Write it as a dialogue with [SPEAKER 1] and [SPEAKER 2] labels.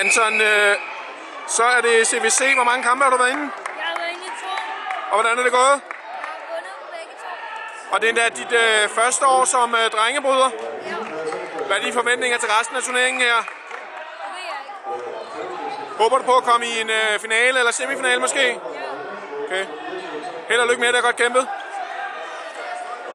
[SPEAKER 1] Anton, så er det CVC. Hvor mange kampe har du været inde?
[SPEAKER 2] Jeg har været inde i 2.
[SPEAKER 1] Og hvordan er det gået?
[SPEAKER 2] Jeg har vundet begge 2.
[SPEAKER 1] Og det er da dit første år som drengebryder.
[SPEAKER 2] Ja.
[SPEAKER 1] Hvad er dine forventninger til resten af turneringen her?
[SPEAKER 2] Det ved jeg ikke.
[SPEAKER 1] Håber du på at komme i en finale eller semifinale måske?
[SPEAKER 2] Ja.
[SPEAKER 1] Okay. Held og lykke med det, er godt kæmpet.